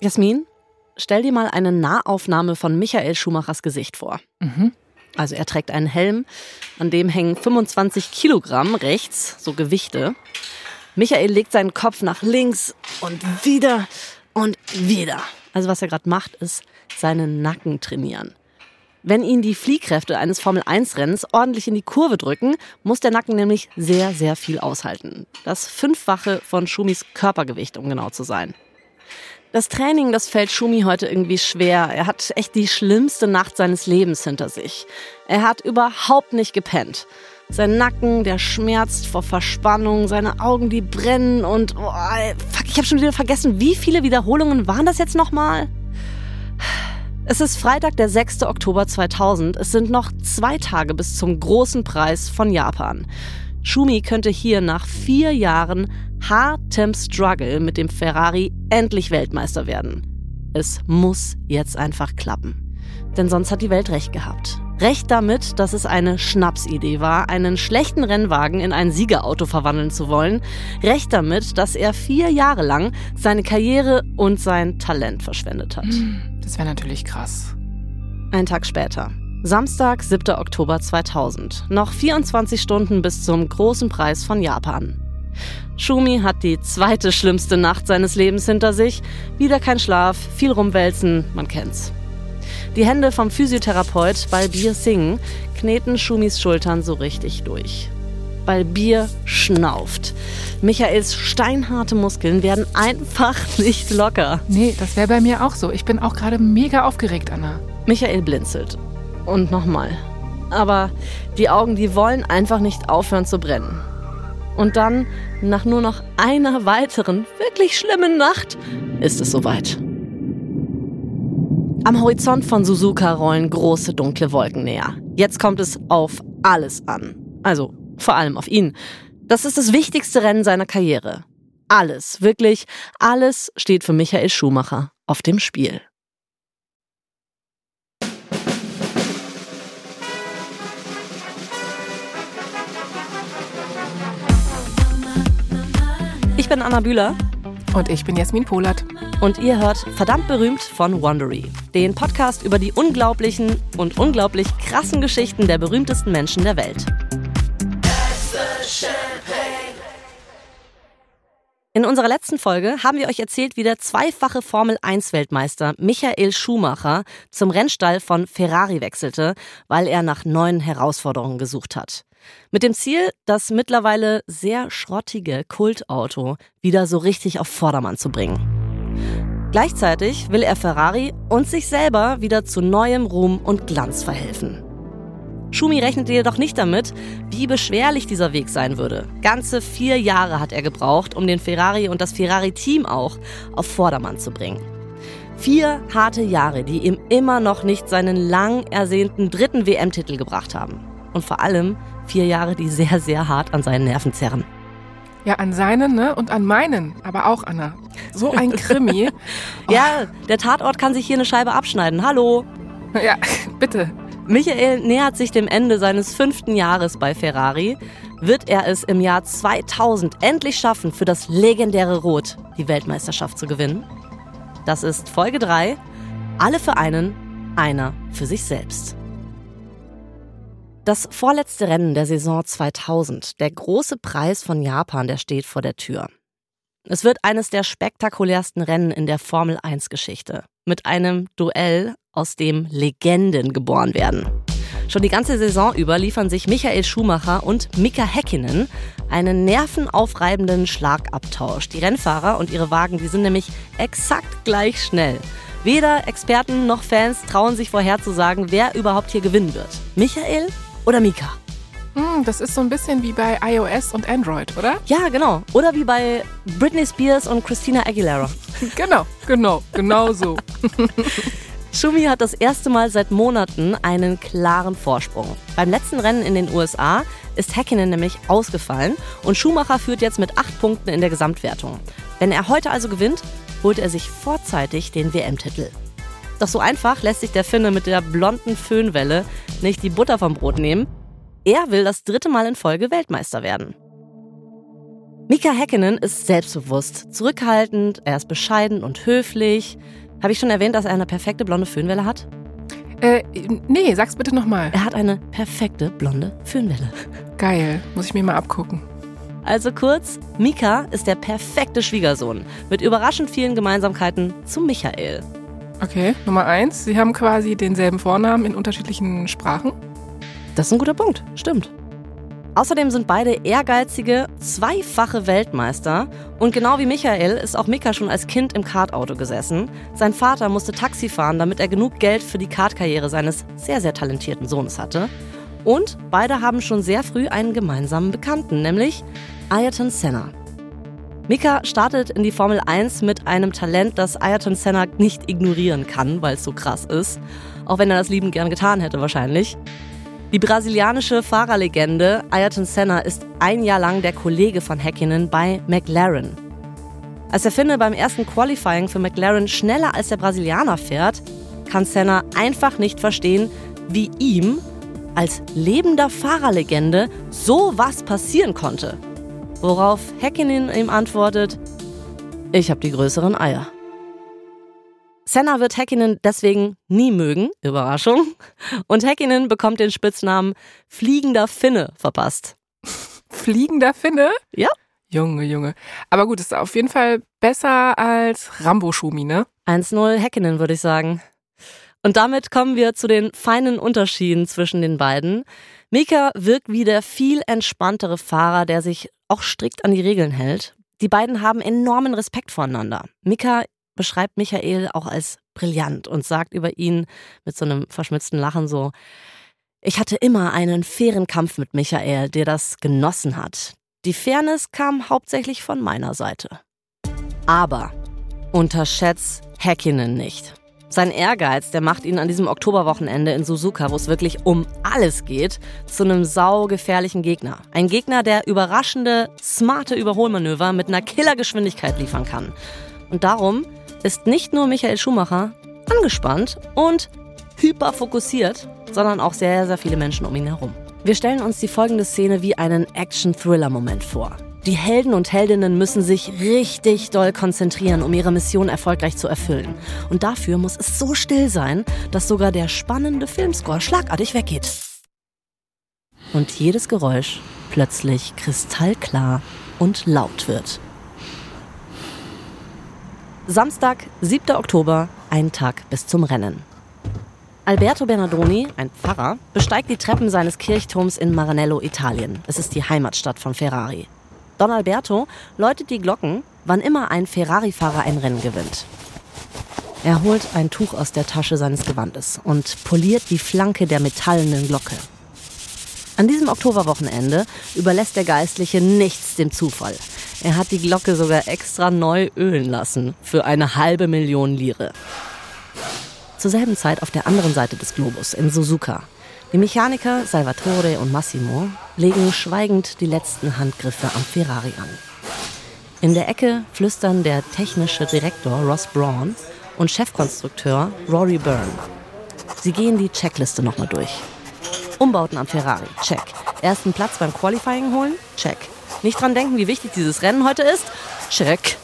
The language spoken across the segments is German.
Jasmin, stell dir mal eine Nahaufnahme von Michael Schumachers Gesicht vor. Also er trägt einen Helm, an dem hängen 25 Kilogramm rechts, so Gewichte. Michael legt seinen Kopf nach links und wieder und wieder. Also was er gerade macht, ist seinen Nacken trainieren. Wenn ihn die Fliehkräfte eines Formel-1-Rennens ordentlich in die Kurve drücken, muss der Nacken nämlich sehr, sehr viel aushalten. Das 5-fache von Schumis Körpergewicht, um genau zu sein. Das Training, das fällt Schumi heute irgendwie schwer. Er hat echt die schlimmste Nacht seines Lebens hinter sich. Er hat überhaupt nicht gepennt. Sein Nacken, der schmerzt vor Verspannung, seine Augen, die brennen und... ich habe schon wieder vergessen, wie viele Wiederholungen waren das jetzt nochmal? Es ist Freitag, der 6. Oktober 2000. Es sind noch 2 Tage bis zum großen Preis von Japan. Schumi könnte hier nach 4 Jahren hartem Struggle mit dem Ferrari endlich Weltmeister werden. Es muss jetzt einfach klappen. Denn sonst hat die Welt recht gehabt. Recht damit, dass es eine Schnapsidee war, einen schlechten Rennwagen in ein Siegerauto verwandeln zu wollen. Recht damit, dass er 4 Jahre lang seine Karriere und sein Talent verschwendet hat. Das wäre natürlich krass. Ein Tag später. Samstag, 7. Oktober 2000. Noch 24 Stunden bis zum großen Preis von Japan. Schumi hat die 2. schlimmste Nacht seines Lebens hinter sich. Wieder kein Schlaf, viel rumwälzen, man kennt's. Die Hände vom Physiotherapeut Balbir Singh kneten Schumis Schultern so richtig durch. Balbir schnauft. Michaels steinharte Muskeln werden einfach nicht locker. Nee, das wäre bei mir auch so. Ich bin auch gerade mega aufgeregt, Anna. Michael blinzelt. Und nochmal. Aber die Augen, die wollen einfach nicht aufhören zu brennen. Und dann, nach nur noch einer weiteren, wirklich schlimmen Nacht, ist es soweit. Am Horizont von Suzuka rollen große dunkle Wolken näher. Jetzt kommt es auf alles an. Also vor allem auf ihn. Das ist das wichtigste Rennen seiner Karriere. Alles, wirklich alles steht für Michael Schumacher auf dem Spiel. Ich bin Anna Bühler. Und ich bin Jasmin Polat. Und ihr hört Verdammt berühmt von Wondery, den Podcast über die unglaublichen und unglaublich krassen Geschichten der berühmtesten Menschen der Welt. In unserer letzten Folge haben wir euch erzählt, wie der 2-fache Formel-1-Weltmeister Michael Schumacher zum Rennstall von Ferrari wechselte, weil er nach neuen Herausforderungen gesucht hat. Mit dem Ziel, das mittlerweile sehr schrottige Kultauto wieder so richtig auf Vordermann zu bringen. Gleichzeitig will er Ferrari und sich selber wieder zu neuem Ruhm und Glanz verhelfen. Schumi rechnete jedoch nicht damit, wie beschwerlich dieser Weg sein würde. Ganze 4 Jahre hat er gebraucht, um den Ferrari und das Ferrari-Team auch auf Vordermann zu bringen. 4 harte Jahre, die ihm immer noch nicht seinen lang ersehnten 3. WM-Titel gebracht haben. Und vor allem 4 Jahre, die sehr, sehr hart an seinen Nerven zerren. Ja, an seinen, ne? Und an meinen, aber auch, Anna. So ein Krimi. Ja, der Tatort kann sich hier eine Scheibe abschneiden. Hallo. Ja, bitte. Michael nähert sich dem Ende seines 5. Jahres bei Ferrari. Wird er es im Jahr 2000 endlich schaffen, für das legendäre Rot die Weltmeisterschaft zu gewinnen? Das ist Folge 3. Alle für einen, einer für sich selbst. Das vorletzte Rennen der Saison 2000, der große Preis von Japan, der steht vor der Tür. Es wird eines der spektakulärsten Rennen in der Formel-1-Geschichte. Mit einem Duell, aus dem Legenden geboren werden. Schon die ganze Saison über liefern sich Michael Schumacher und Mika Häkkinen einen nervenaufreibenden Schlagabtausch. Die Rennfahrer und ihre Wagen, die sind nämlich exakt gleich schnell. Weder Experten noch Fans trauen sich vorherzusagen, wer überhaupt hier gewinnen wird. Michael oder Mika? Das ist so ein bisschen wie bei iOS und Android, oder? Ja, genau. Oder wie bei Britney Spears und Christina Aguilera. Genau so. Schumi hat das erste Mal seit Monaten einen klaren Vorsprung. Beim letzten Rennen in den USA ist Häkkinen nämlich ausgefallen und Schumacher führt jetzt mit 8 Punkten in der Gesamtwertung. Wenn er heute also gewinnt, holt er sich vorzeitig den WM-Titel. Doch so einfach lässt sich der Finne mit der blonden Föhnwelle nicht die Butter vom Brot nehmen. Er will das 3. Mal in Folge Weltmeister werden. Mika Häkkinen ist selbstbewusst, zurückhaltend, er ist bescheiden und höflich. Habe ich schon erwähnt, dass er eine perfekte blonde Föhnwelle hat? Nee, sag's bitte nochmal. Er hat eine perfekte blonde Föhnwelle. Geil, muss ich mir mal abgucken. Also kurz, Mika ist der perfekte Schwiegersohn mit überraschend vielen Gemeinsamkeiten zu Michael. Okay, Nummer 1, sie haben quasi denselben Vornamen in unterschiedlichen Sprachen. Das ist ein guter Punkt, stimmt. Außerdem sind beide ehrgeizige, zweifache Weltmeister. Und genau wie Michael ist auch Mika schon als Kind im Kartauto gesessen. Sein Vater musste Taxi fahren, damit er genug Geld für die Kartkarriere seines sehr, sehr talentierten Sohnes hatte. Und beide haben schon sehr früh einen gemeinsamen Bekannten, nämlich Ayrton Senna. Mika startet in die Formel 1 mit einem Talent, das Ayrton Senna nicht ignorieren kann, weil es so krass ist. Auch wenn er das liebend gern getan hätte wahrscheinlich. Die brasilianische Fahrerlegende Ayrton Senna ist ein Jahr lang der Kollege von Häkkinen bei McLaren. Als der Finne beim ersten Qualifying für McLaren schneller als der Brasilianer fährt, kann Senna einfach nicht verstehen, wie ihm als lebender Fahrerlegende so was passieren konnte. Worauf Häkkinen ihm antwortet: Ich habe die größeren Eier. Senna wird Häkkinen deswegen nie mögen, Überraschung. Und Häkkinen bekommt den Spitznamen Fliegender Finne verpasst. Fliegender Finne? Ja. Junge. Aber gut, ist auf jeden Fall besser als Rambo-Schumi, ne? 1-0 Häkkinen, würde ich sagen. Und damit kommen wir zu den feinen Unterschieden zwischen den beiden. Mika wirkt wie der viel entspanntere Fahrer, der sich auch strikt an die Regeln hält. Die beiden haben enormen Respekt voreinander. Mika beschreibt Michael auch als brillant und sagt über ihn mit so einem verschmitzten Lachen so: Ich hatte immer einen fairen Kampf mit Michael, der das genossen hat. Die Fairness kam hauptsächlich von meiner Seite. Aber unterschätzt Häkkinen nicht. Sein Ehrgeiz, der macht ihn an diesem Oktoberwochenende in Suzuka, wo es wirklich um alles geht, zu einem saugefährlichen Gegner. Ein Gegner, der überraschende, smarte Überholmanöver mit einer Killergeschwindigkeit liefern kann. Und darum ist nicht nur Michael Schumacher angespannt und hyperfokussiert, sondern auch sehr, sehr viele Menschen um ihn herum. Wir stellen uns die folgende Szene wie einen Action-Thriller-Moment vor. Die Helden und Heldinnen müssen sich richtig doll konzentrieren, um ihre Mission erfolgreich zu erfüllen. Und dafür muss es so still sein, dass sogar der spannende Filmscore schlagartig weggeht. Und jedes Geräusch plötzlich kristallklar und laut wird. Samstag, 7. Oktober, ein Tag bis zum Rennen. Alberto Bernardoni, ein Pfarrer, besteigt die Treppen seines Kirchturms in Maranello, Italien. Es ist die Heimatstadt von Ferrari. Don Alberto läutet die Glocken, wann immer ein Ferrari-Fahrer ein Rennen gewinnt. Er holt ein Tuch aus der Tasche seines Gewandes und poliert die Flanke der metallenen Glocke. An diesem Oktoberwochenende überlässt der Geistliche nichts dem Zufall. Er hat die Glocke sogar extra neu ölen lassen für 500.000 Lire. Zur selben Zeit auf der anderen Seite des Globus, in Suzuka. Die Mechaniker Salvatore und Massimo legen schweigend die letzten Handgriffe am Ferrari an. In der Ecke flüstern der technische Direktor Ross Brawn und Chefkonstrukteur Rory Byrne. Sie gehen die Checkliste nochmal durch. Umbauten am Ferrari, check. Ersten Platz beim Qualifying holen, check. Nicht dran denken, wie wichtig dieses Rennen heute ist, check.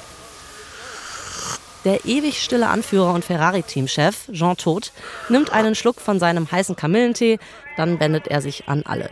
Der ewig stille Anführer und Ferrari-Teamchef, Jean Todt, nimmt einen Schluck von seinem heißen Kamillentee, dann wendet er sich an alle.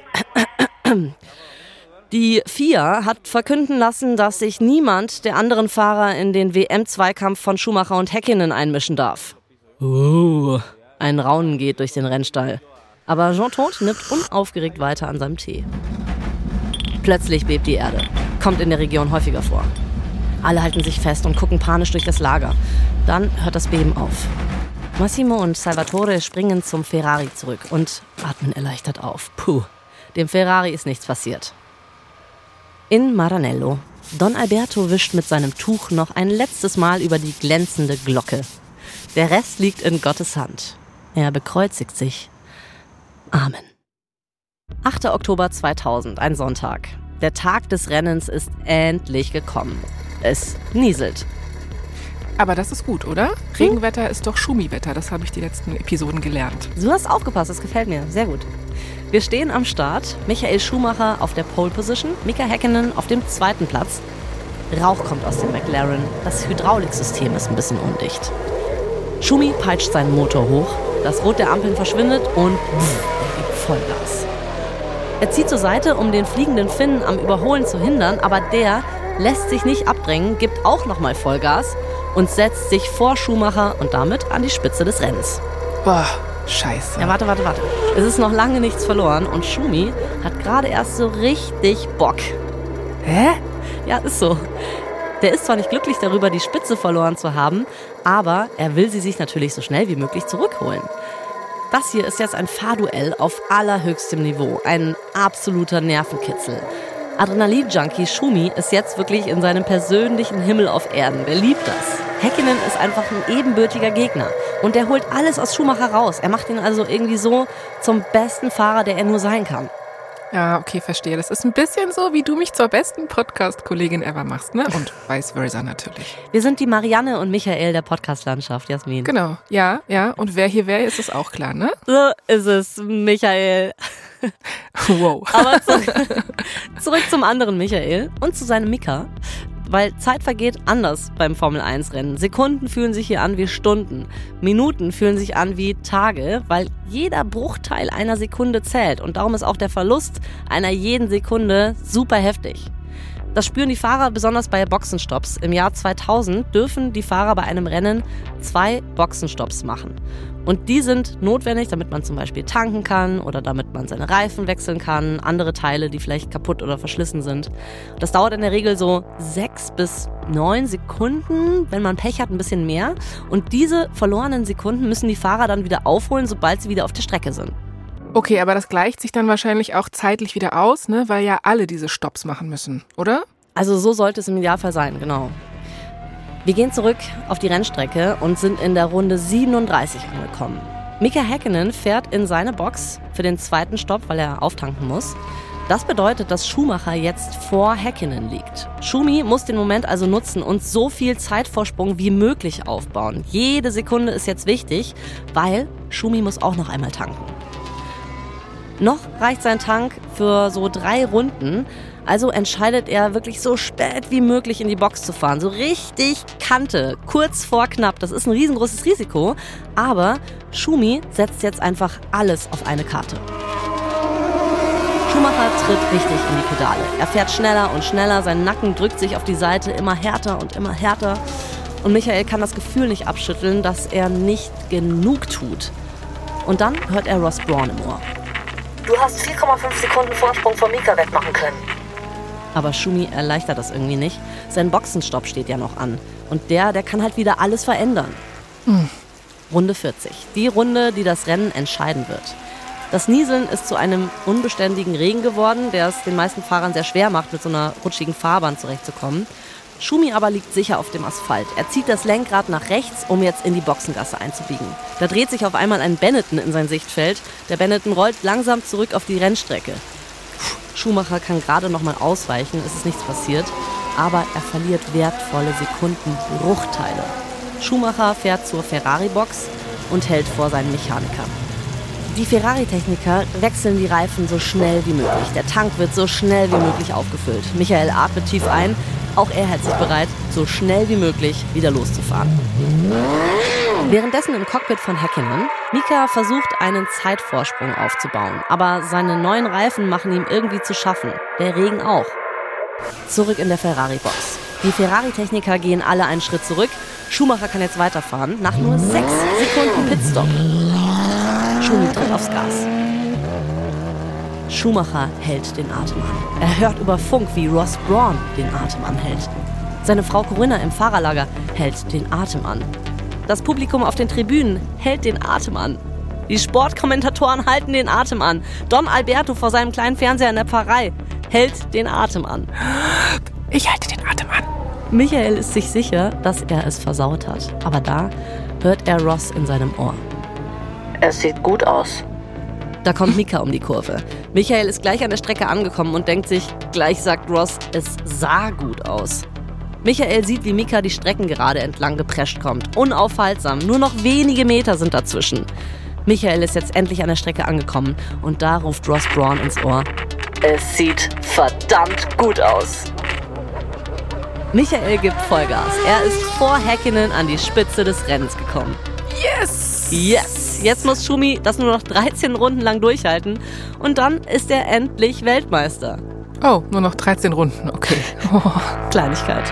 Die FIA hat verkünden lassen, dass sich niemand der anderen Fahrer in den WM-Zweikampf von Schumacher und Häkkinen einmischen darf. Ein Raunen geht durch den Rennstall. Aber Jean Todt nippt unaufgeregt weiter an seinem Tee. Plötzlich bebt die Erde. Kommt in der Region häufiger vor. Alle halten sich fest und gucken panisch durch das Lager. Dann hört das Beben auf. Massimo und Salvatore springen zum Ferrari zurück und atmen erleichtert auf. Puh, dem Ferrari ist nichts passiert. In Maranello. Don Alberto wischt mit seinem Tuch noch ein letztes Mal über die glänzende Glocke. Der Rest liegt in Gottes Hand. Er bekreuzigt sich. Amen. 8. Oktober 2000, ein Sonntag. Der Tag des Rennens ist endlich gekommen. Es nieselt. Aber das ist gut, oder? Regenwetter ist doch Schumiwetter, das habe ich die letzten Episoden gelernt. Du hast aufgepasst, das gefällt mir. Sehr gut. Wir stehen am Start. Michael Schumacher auf der Pole Position, Mika Häkkinen auf dem 2. Platz. Rauch kommt aus dem McLaren. Das Hydrauliksystem ist ein bisschen undicht. Schumi peitscht seinen Motor hoch. Das Rot der Ampeln verschwindet und er gibt Vollgas. Er zieht zur Seite, um den fliegenden Finnen am Überholen zu hindern, aber der lässt sich nicht abdrängen, gibt auch nochmal Vollgas und setzt sich vor Schumacher und damit an die Spitze des Rennens. Boah, scheiße. Ja, warte. Es ist noch lange nichts verloren und Schumi hat gerade erst so richtig Bock. Hä? Ja, ist so. Der ist zwar nicht glücklich darüber, die Spitze verloren zu haben, aber er will sie sich natürlich so schnell wie möglich zurückholen. Das hier ist jetzt ein Fahrduell auf allerhöchstem Niveau, ein absoluter Nervenkitzel. Adrenalin-Junkie Schumi ist jetzt wirklich in seinem persönlichen Himmel auf Erden. Wer liebt das? Häkkinen ist einfach ein ebenbürtiger Gegner und der holt alles aus Schumacher raus. Er macht ihn also irgendwie so zum besten Fahrer, der er nur sein kann. Ja, okay, verstehe. Das ist ein bisschen so, wie du mich zur besten Podcast-Kollegin ever machst, ne? Und vice versa natürlich. Wir sind die Marianne und Michael der Podcast-Landschaft, Jasmin. Genau, ja. Und wer hier wäre, ist es auch klar, ne? So ist es, Michael. Wow. Aber zurück zum anderen Michael und zu seinem Mika. Weil Zeit vergeht anders beim Formel-1-Rennen. Sekunden fühlen sich hier an wie Stunden. Minuten fühlen sich an wie Tage, weil jeder Bruchteil einer Sekunde zählt. Und darum ist auch der Verlust einer jeden Sekunde super heftig. Das spüren die Fahrer besonders bei Boxenstopps. Im Jahr 2000 dürfen die Fahrer bei einem Rennen 2 Boxenstopps machen. Und die sind notwendig, damit man zum Beispiel tanken kann oder damit man seine Reifen wechseln kann, andere Teile, die vielleicht kaputt oder verschlissen sind. Das dauert in der Regel so 6 bis 9 Sekunden, wenn man Pech hat, ein bisschen mehr. Und diese verlorenen Sekunden müssen die Fahrer dann wieder aufholen, sobald sie wieder auf der Strecke sind. Okay, aber das gleicht sich dann wahrscheinlich auch zeitlich wieder aus, ne? Weil ja alle diese Stopps machen müssen, oder? Also so sollte es im Idealfall sein, genau. Wir gehen zurück auf die Rennstrecke und sind in der Runde 37 angekommen. Mika Häkkinen fährt in seine Box für den zweiten Stopp, weil er auftanken muss. Das bedeutet, dass Schumacher jetzt vor Häkkinen liegt. Schumi muss den Moment also nutzen und so viel Zeitvorsprung wie möglich aufbauen. Jede Sekunde ist jetzt wichtig, weil Schumi muss auch noch einmal tanken. Noch reicht sein Tank für so 3 Runden, also entscheidet er wirklich so spät wie möglich in die Box zu fahren. So richtig Kante, kurz vor knapp. Das ist ein riesengroßes Risiko, aber Schumi setzt jetzt einfach alles auf eine Karte. Schumacher tritt richtig in die Pedale. Er fährt schneller und schneller, sein Nacken drückt sich auf die Seite immer härter und immer härter. Und Michael kann das Gefühl nicht abschütteln, dass er nicht genug tut. Und dann hört er Ross Brawn im Ohr. Du hast 4,5 Sekunden Vorsprung vor Mika wettmachen können. Aber Schumi erleichtert das irgendwie nicht. Sein Boxenstopp steht ja noch an. Und der kann halt wieder alles verändern. Runde 40. Die Runde, die das Rennen entscheiden wird. Das Nieseln ist zu einem unbeständigen Regen geworden, der es den meisten Fahrern sehr schwer macht, mit so einer rutschigen Fahrbahn zurechtzukommen. Schumi aber liegt sicher auf dem Asphalt. Er zieht das Lenkrad nach rechts, um jetzt in die Boxengasse einzubiegen. Da dreht sich auf einmal ein Benetton in sein Sichtfeld. Der Benetton rollt langsam zurück auf die Rennstrecke. Schumacher kann gerade noch mal ausweichen, es ist nichts passiert. Aber er verliert wertvolle Sekundenbruchteile. Schumacher fährt zur Ferrari-Box und hält vor seinen Mechanikern. Die Ferrari-Techniker wechseln die Reifen so schnell wie möglich. Der Tank wird so schnell wie möglich aufgefüllt. Michael atmet tief ein. Auch er hält sich bereit, so schnell wie möglich wieder loszufahren. Währenddessen im Cockpit von Häkkinen, Mika versucht, einen Zeitvorsprung aufzubauen. Aber seine neuen Reifen machen ihm irgendwie zu schaffen. Der Regen auch. Zurück in der Ferrari-Box. Die Ferrari-Techniker gehen alle einen Schritt zurück. Schumacher kann jetzt weiterfahren. Nach nur 6 Sekunden Pitstop. Schumi tritt aufs Gas. Schumacher hält den Atem an. Er hört über Funk, wie Ross Brawn den Atem anhält. Seine Frau Corinna im Fahrerlager hält den Atem an. Das Publikum auf den Tribünen hält den Atem an. Die Sportkommentatoren halten den Atem an. Don Alberto vor seinem kleinen Fernseher in der Pfarrei hält den Atem an. Ich halte den Atem an. Michael ist sich sicher, dass er es versaut hat. Aber da hört er Ross in seinem Ohr. Es sieht gut aus. Da kommt Mika um die Kurve. Michael ist gleich an der Strecke angekommen und denkt sich, gleich sagt Ross, es sah gut aus. Michael sieht, wie Mika die Streckengerade entlang geprescht kommt. Unaufhaltsam, nur noch wenige Meter sind dazwischen. Michael ist jetzt endlich an der Strecke angekommen und da ruft Ross Brawn ins Ohr. Es sieht verdammt gut aus. Michael gibt Vollgas. Er ist vor Häkkinen an die Spitze des Rennens gekommen. Yes! Yes! Jetzt muss Schumi das nur noch 13 Runden lang durchhalten und dann ist er endlich Weltmeister. Oh, nur noch 13 Runden, okay. Oh. Kleinigkeit.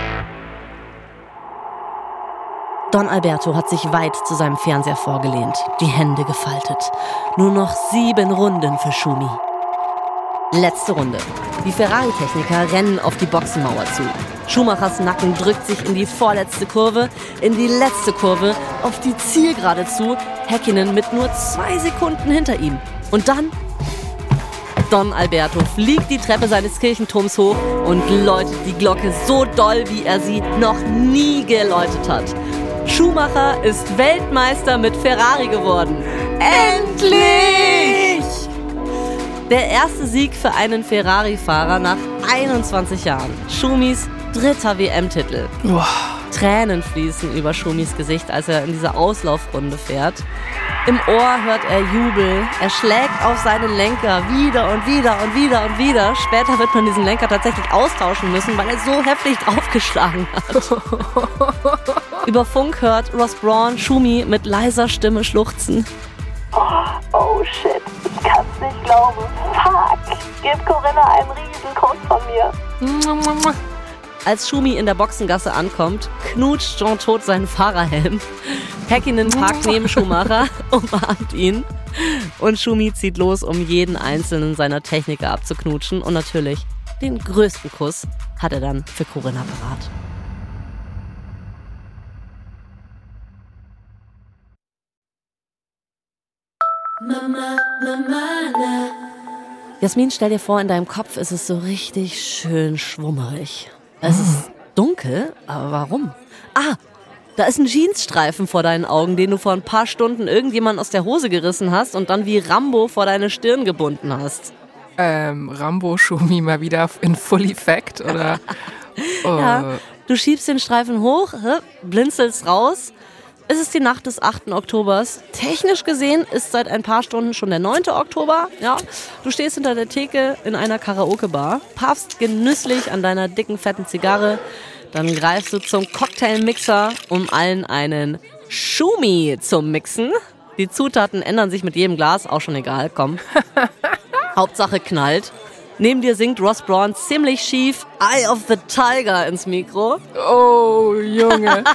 Don Alberto hat sich weit zu seinem Fernseher vorgelehnt, die Hände gefaltet. Nur noch 7 Runden für Schumi. Letzte Runde. Die Ferrari-Techniker rennen auf die Boxenmauer zu. Schumachers Nacken drückt sich in die vorletzte Kurve, in die letzte Kurve, auf die Zielgerade zu, Häkkinen mit nur 2 Sekunden hinter ihm. Und dann Don Alberto fliegt die Treppe seines Kirchenturms hoch und läutet die Glocke so doll, wie er sie noch nie geläutet hat. Schumacher ist Weltmeister mit Ferrari geworden. Endlich! Der erste Sieg für einen Ferrari-Fahrer nach 21 Jahren. Schumis 3. WM-Titel. Tränen fließen über Schumis Gesicht, als er in diese Auslaufrunde fährt. Im Ohr hört er Jubel. Er schlägt auf seinen Lenker wieder und wieder und wieder und wieder. Später wird man diesen Lenker tatsächlich austauschen müssen, weil er so heftig draufgeschlagen hat. Über Funk hört Ross Brawn Schumi mit leiser Stimme schluchzen. Oh shit, ich kann's nicht glauben. Fuck, gib Corinna einen Riesenkuss von mir. Als Schumi in der Boxengasse ankommt, knutscht Jean Todt seinen Fahrerhelm. Häkkinen parkt neben Schumacher, umarmt ihn. Und Schumi zieht los, um jeden einzelnen seiner Techniker abzuknutschen. Und natürlich, den größten Kuss hat er dann für Corinna parat. Mama, Mama, Jasmin, stell dir vor, in deinem Kopf ist es so richtig schön schwummerig. Es ist dunkel, aber warum? Da ist ein Jeansstreifen vor deinen Augen, den du vor ein paar Stunden irgendjemand aus der Hose gerissen hast und dann wie Rambo vor deine Stirn gebunden hast. Rambo Schumi mal wieder in Full Effect, oder? Oh. Ja, du schiebst den Streifen hoch, blinzelst raus. Es ist die Nacht des 8. Oktobers. Technisch gesehen ist seit ein paar Stunden schon der 9. Oktober. Ja, du stehst hinter der Theke in einer Karaoke-Bar, paffst genüsslich an deiner dicken, fetten Zigarre. Dann greifst du zum Cocktailmixer, um allen einen Schumi zu mixen. Die Zutaten ändern sich mit jedem Glas, auch schon egal, komm. Hauptsache knallt. Neben dir singt Ross Brawn ziemlich schief Eye of the Tiger ins Mikro. Oh, Junge.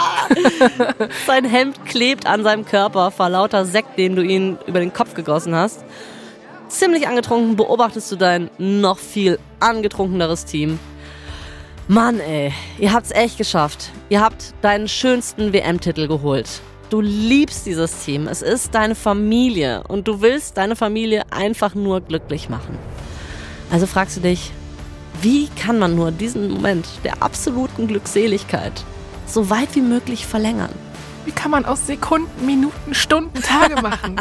Sein Hemd klebt an seinem Körper vor lauter Sekt, den du ihm über den Kopf gegossen hast. Ziemlich angetrunken beobachtest du dein noch viel angetrunkeneres Team. Mann ey, ihr habt's echt geschafft. Ihr habt deinen schönsten WM-Titel geholt. Du liebst dieses Team, es ist deine Familie und du willst deine Familie einfach nur glücklich machen. Also fragst du dich, wie kann man nur diesen Moment der absoluten Glückseligkeit so weit wie möglich verlängern? Wie kann man aus Sekunden, Minuten, Stunden, Tage machen?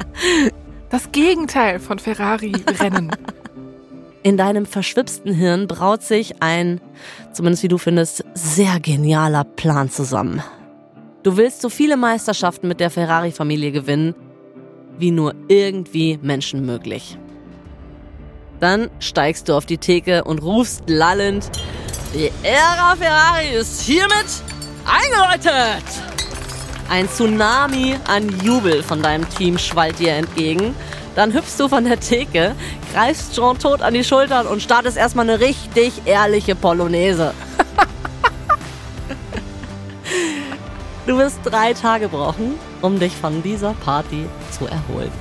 Das Gegenteil von Ferrari-Rennen. In deinem verschwipsten Hirn braut sich ein, zumindest wie du findest, sehr genialer Plan zusammen. Du willst so viele Meisterschaften mit der Ferrari-Familie gewinnen, wie nur irgendwie Menschen möglich. Dann steigst du auf die Theke und rufst lallend, die Ära Ferrari ist hiermit eingeläutet! Ein Tsunami an Jubel von deinem Team schwallt dir entgegen. Dann hüpfst du von der Theke, greifst Jean Todt an die Schultern und startest erstmal eine richtig ehrliche Polonaise. Du wirst 3 Tage brauchen, um dich von dieser Party zu erholen.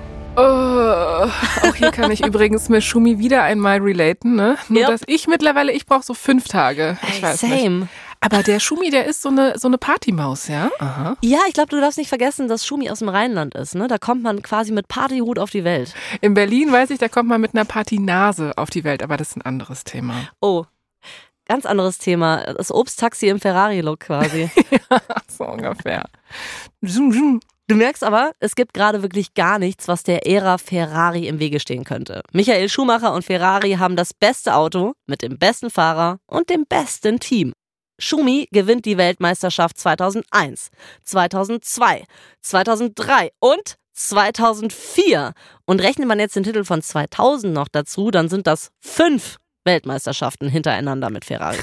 Auch hier kann ich übrigens mit Schumi wieder einmal relaten, ne? Nur, dass ich brauche so 5 Tage. Ich weiß same. Nicht. Aber der Schumi, der ist so eine Partymaus, ja? Aha. Ja, ich glaube, du darfst nicht vergessen, dass Schumi aus dem Rheinland ist, ne? Da kommt man quasi mit Partyhut auf die Welt. In Berlin weiß ich, da kommt man mit einer Partynase auf die Welt, aber das ist ein anderes Thema. Oh, ganz anderes Thema. Das Obsttaxi im Ferrari-Look quasi. Ja, so ungefähr. Du merkst aber, es gibt gerade wirklich gar nichts, was der Ära Ferrari im Wege stehen könnte. Michael Schumacher und Ferrari haben das beste Auto mit dem besten Fahrer und dem besten Team. Schumi gewinnt die Weltmeisterschaft 2001, 2002, 2003 und 2004. Und rechnet man jetzt den Titel von 2000 noch dazu, dann sind das 5 Weltmeisterschaften hintereinander mit Ferrari.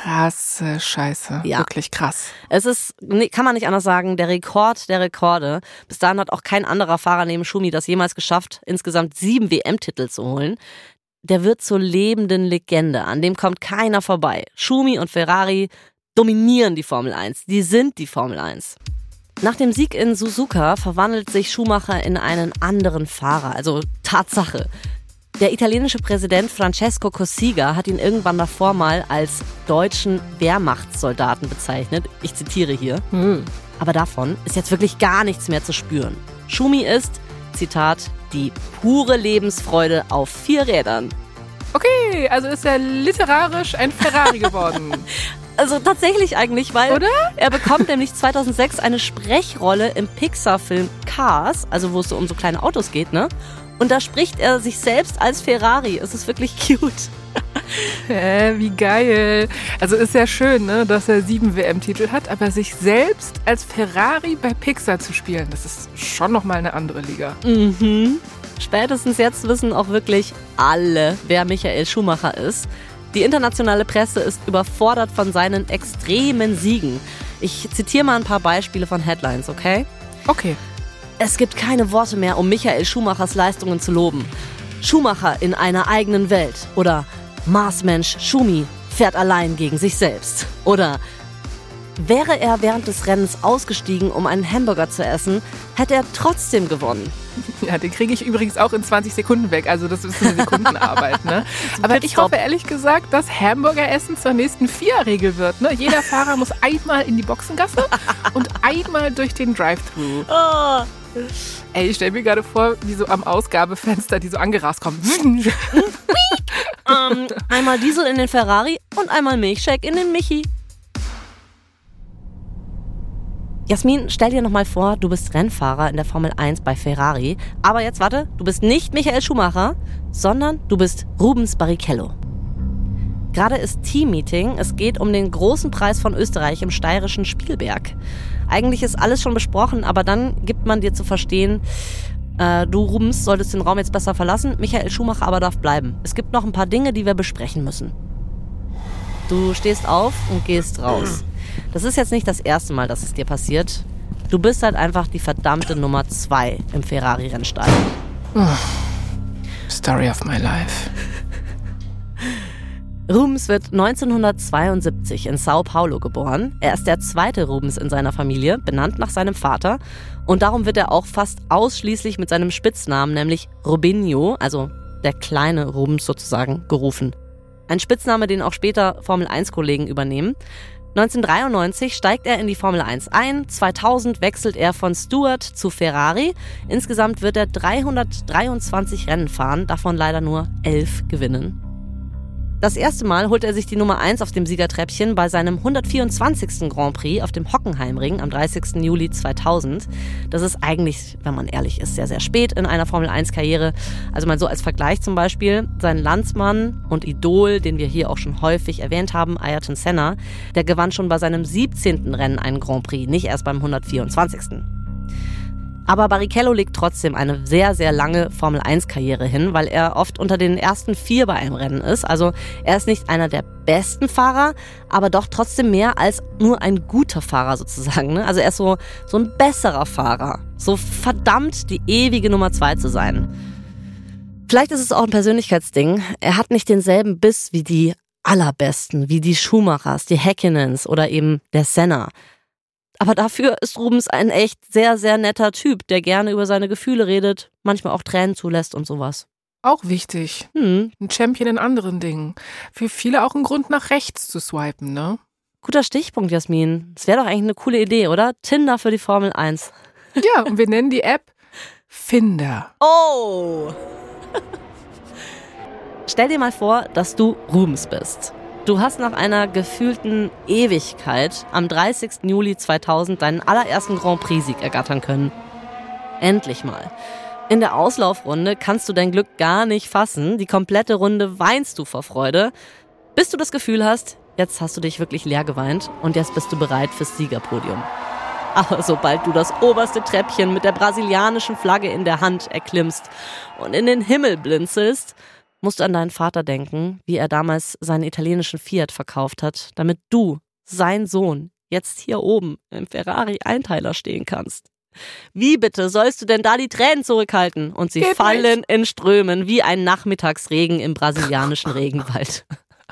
Krasse Scheiße. Ja. Wirklich krass. Es ist, kann man nicht anders sagen, der Rekord der Rekorde. Bis dahin hat auch kein anderer Fahrer neben Schumi das jemals geschafft, insgesamt 7 WM-Titel zu holen. Der wird zur lebenden Legende. An dem kommt keiner vorbei. Schumi und Ferrari dominieren die Formel 1. Die sind die Formel 1. Nach dem Sieg in Suzuka verwandelt sich Schumacher in einen anderen Fahrer. Also Tatsache. Der italienische Präsident Francesco Cossiga hat ihn irgendwann davor mal als deutschen Wehrmachtssoldaten bezeichnet. Ich zitiere hier. Aber davon ist jetzt wirklich gar nichts mehr zu spüren. Schumi ist, Zitat, die pure Lebensfreude auf 4 Rädern. Okay, also ist er literarisch ein Ferrari geworden. Also tatsächlich eigentlich, weil Oder? Er bekommt nämlich 2006 eine Sprechrolle im Pixar-Film Cars, also wo es so um so kleine Autos geht, ne? Und da spricht er sich selbst als Ferrari. Es ist wirklich cute. Wie geil. Also ist ja schön, ne, dass er 7 WM-Titel hat, aber sich selbst als Ferrari bei Pixar zu spielen, das ist schon nochmal eine andere Liga. Mhm. Spätestens jetzt wissen auch wirklich alle, wer Michael Schumacher ist. Die internationale Presse ist überfordert von seinen extremen Siegen. Ich zitiere mal ein paar Beispiele von Headlines, okay? Okay. Es gibt keine Worte mehr, um Michael Schumachers Leistungen zu loben. Schumacher in einer eigenen Welt. Oder Marsmensch Schumi fährt allein gegen sich selbst. Oder wäre er während des Rennens ausgestiegen, um einen Hamburger zu essen, hätte er trotzdem gewonnen. Ja, den kriege ich übrigens auch in 20 Sekunden weg. Also das ist eine Sekundenarbeit, ne? Aber ich hoffe ehrlich gesagt, dass Hamburgeressen zur nächsten FIA-Regel wird, ne? Jeder Fahrer muss einmal in die Boxengasse und einmal durch den Drive-Thru. Oh. Ey, ich stelle mir gerade vor, wie so am Ausgabefenster, die so angerast kommen. Einmal Diesel in den Ferrari und einmal Milchshake in den Michi. Jasmin, stell dir nochmal vor, du bist Rennfahrer in der Formel 1 bei Ferrari. Aber jetzt warte, du bist nicht Michael Schumacher, sondern du bist Rubens Barrichello. Gerade ist Teammeeting, es geht um den großen Preis von Österreich im steirischen Spielberg. Eigentlich ist alles schon besprochen, aber dann gibt man dir zu verstehen, du Rubens solltest den Raum jetzt besser verlassen, Michael Schumacher aber darf bleiben. Es gibt noch ein paar Dinge, die wir besprechen müssen. Du stehst auf und gehst raus. Das ist jetzt nicht das erste Mal, dass es dir passiert. Du bist halt einfach die verdammte Nummer 2 im Ferrari-Rennstall. Story of my life. Rubens wird 1972 in Sao Paulo geboren. Er ist der zweite Rubens in seiner Familie, benannt nach seinem Vater. Und darum wird er auch fast ausschließlich mit seinem Spitznamen, nämlich Robinho, also der kleine Rubens sozusagen, gerufen. Ein Spitzname, den auch später Formel-1-Kollegen übernehmen. 1993 steigt er in die Formel 1 ein, 2000 wechselt er von Stewart zu Ferrari. Insgesamt wird er 323 Rennen fahren, davon leider nur 11 gewinnen. Das erste Mal holt er sich die Nummer 1 auf dem Siegertreppchen bei seinem 124. Grand Prix auf dem Hockenheimring am 30. Juli 2000. Das ist eigentlich, wenn man ehrlich ist, sehr, sehr spät in einer Formel-1-Karriere. Also mal so als Vergleich zum Beispiel, sein Landsmann und Idol, den wir hier auch schon häufig erwähnt haben, Ayrton Senna, der gewann schon bei seinem 17. Rennen einen Grand Prix, nicht erst beim 124. Aber Barrichello legt trotzdem eine sehr, sehr lange Formel-1-Karriere hin, weil er oft unter den ersten 4 bei einem Rennen ist. Also er ist nicht einer der besten Fahrer, aber doch trotzdem mehr als nur ein guter Fahrer sozusagen. Ne? Also er ist so ein besserer Fahrer. So verdammt die ewige Nummer 2 zu sein. Vielleicht ist es auch ein Persönlichkeitsding. Er hat nicht denselben Biss wie die Allerbesten, wie die Schumachers, die Häkkinens oder eben der Senna. Aber dafür ist Rubens ein echt sehr, sehr netter Typ, der gerne über seine Gefühle redet, manchmal auch Tränen zulässt und sowas. Auch wichtig. Ein Champion in anderen Dingen. Für viele auch ein Grund, nach rechts zu swipen, ne? Guter Stichpunkt, Jasmin. Das wäre doch eigentlich eine coole Idee, oder? Tinder für die Formel 1. Ja, und wir nennen die App Finder. Oh! Stell dir mal vor, dass du Rubens bist. Du hast nach einer gefühlten Ewigkeit am 30. Juli 2000 deinen allerersten Grand Prix-Sieg ergattern können. Endlich mal. In der Auslaufrunde kannst du dein Glück gar nicht fassen. Die komplette Runde weinst du vor Freude, bis du das Gefühl hast, jetzt hast du dich wirklich leer geweint und jetzt bist du bereit fürs Siegerpodium. Aber sobald du das oberste Treppchen mit der brasilianischen Flagge in der Hand erklimmst und in den Himmel blinzelst, musst du an deinen Vater denken, wie er damals seinen italienischen Fiat verkauft hat, damit du, sein Sohn, jetzt hier oben im Ferrari-Einteiler stehen kannst. Wie bitte sollst du denn da die Tränen zurückhalten? Und sie fallen in Strömen wie ein Nachmittagsregen im brasilianischen Regenwald.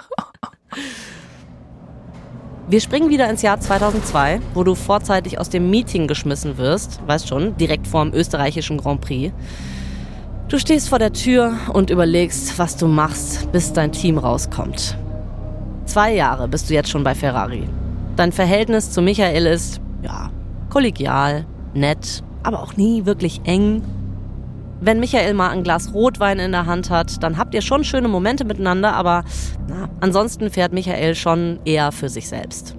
Wir springen wieder ins Jahr 2002, wo du vorzeitig aus dem Meeting geschmissen wirst, weißt schon, direkt vorm österreichischen Grand Prix. Du stehst vor der Tür und überlegst, was du machst, bis dein Team rauskommt. 2 Jahre bist du jetzt schon bei Ferrari. Dein Verhältnis zu Michael ist, kollegial, nett, aber auch nie wirklich eng. Wenn Michael mal ein Glas Rotwein in der Hand hat, dann habt ihr schon schöne Momente miteinander, aber ansonsten fährt Michael schon eher für sich selbst.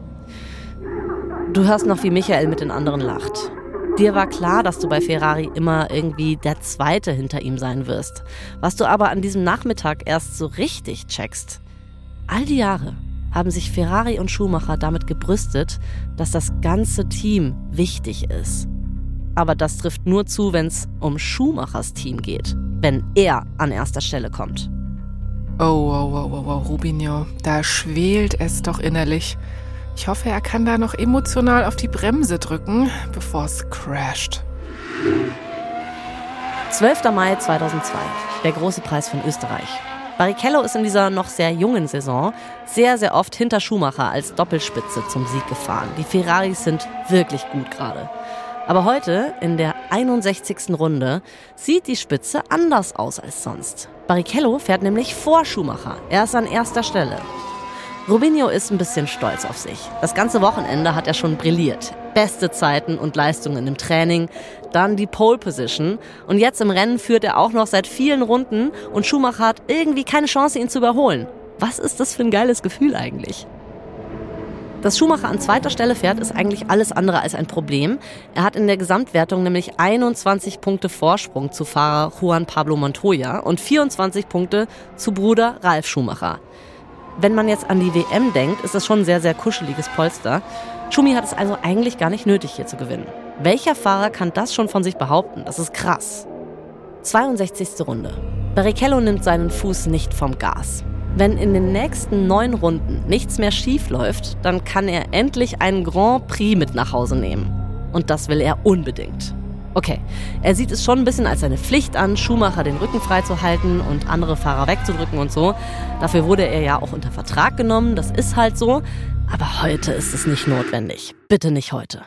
Du hörst noch, wie Michael mit den anderen lacht. Dir war klar, dass du bei Ferrari immer irgendwie der Zweite hinter ihm sein wirst. Was du aber an diesem Nachmittag erst so richtig checkst. All die Jahre haben sich Ferrari und Schumacher damit gebrüstet, dass das ganze Team wichtig ist. Aber das trifft nur zu, wenn es um Schumachers Team geht, wenn er an erster Stelle kommt. Oh, Rubinho, da schwelt es doch innerlich. Ich hoffe, er kann da noch emotional auf die Bremse drücken, bevor es crasht. 12. Mai 2002, der große Preis von Österreich. Barrichello ist in dieser noch sehr jungen Saison sehr, sehr oft hinter Schumacher als Doppelspitze zum Sieg gefahren. Die Ferraris sind wirklich gut gerade. Aber heute, in der 61. Runde, sieht die Spitze anders aus als sonst. Barrichello fährt nämlich vor Schumacher. Er ist an erster Stelle. Rubinho ist ein bisschen stolz auf sich. Das ganze Wochenende hat er schon brilliert. Beste Zeiten und Leistungen im Training, dann die Pole Position. Und jetzt im Rennen führt er auch noch seit vielen Runden und Schumacher hat irgendwie keine Chance, ihn zu überholen. Was ist das für ein geiles Gefühl eigentlich? Dass Schumacher an zweiter Stelle fährt, ist eigentlich alles andere als ein Problem. Er hat in der Gesamtwertung nämlich 21 Punkte Vorsprung zu Fahrer Juan Pablo Montoya und 24 Punkte zu Bruder Ralf Schumacher. Wenn man jetzt an die WM denkt, ist das schon ein sehr, sehr kuscheliges Polster. Schumi hat es also eigentlich gar nicht nötig, hier zu gewinnen. Welcher Fahrer kann das schon von sich behaupten? Das ist krass. 62. Runde. Barrichello nimmt seinen Fuß nicht vom Gas. Wenn in den nächsten 9 Runden nichts mehr schief läuft, dann kann er endlich einen Grand Prix mit nach Hause nehmen. Und das will er unbedingt. Okay, er sieht es schon ein bisschen als seine Pflicht an, Schumacher den Rücken frei zu halten und andere Fahrer wegzudrücken und so. Dafür wurde er ja auch unter Vertrag genommen, das ist halt so. Aber heute ist es nicht notwendig. Bitte nicht heute.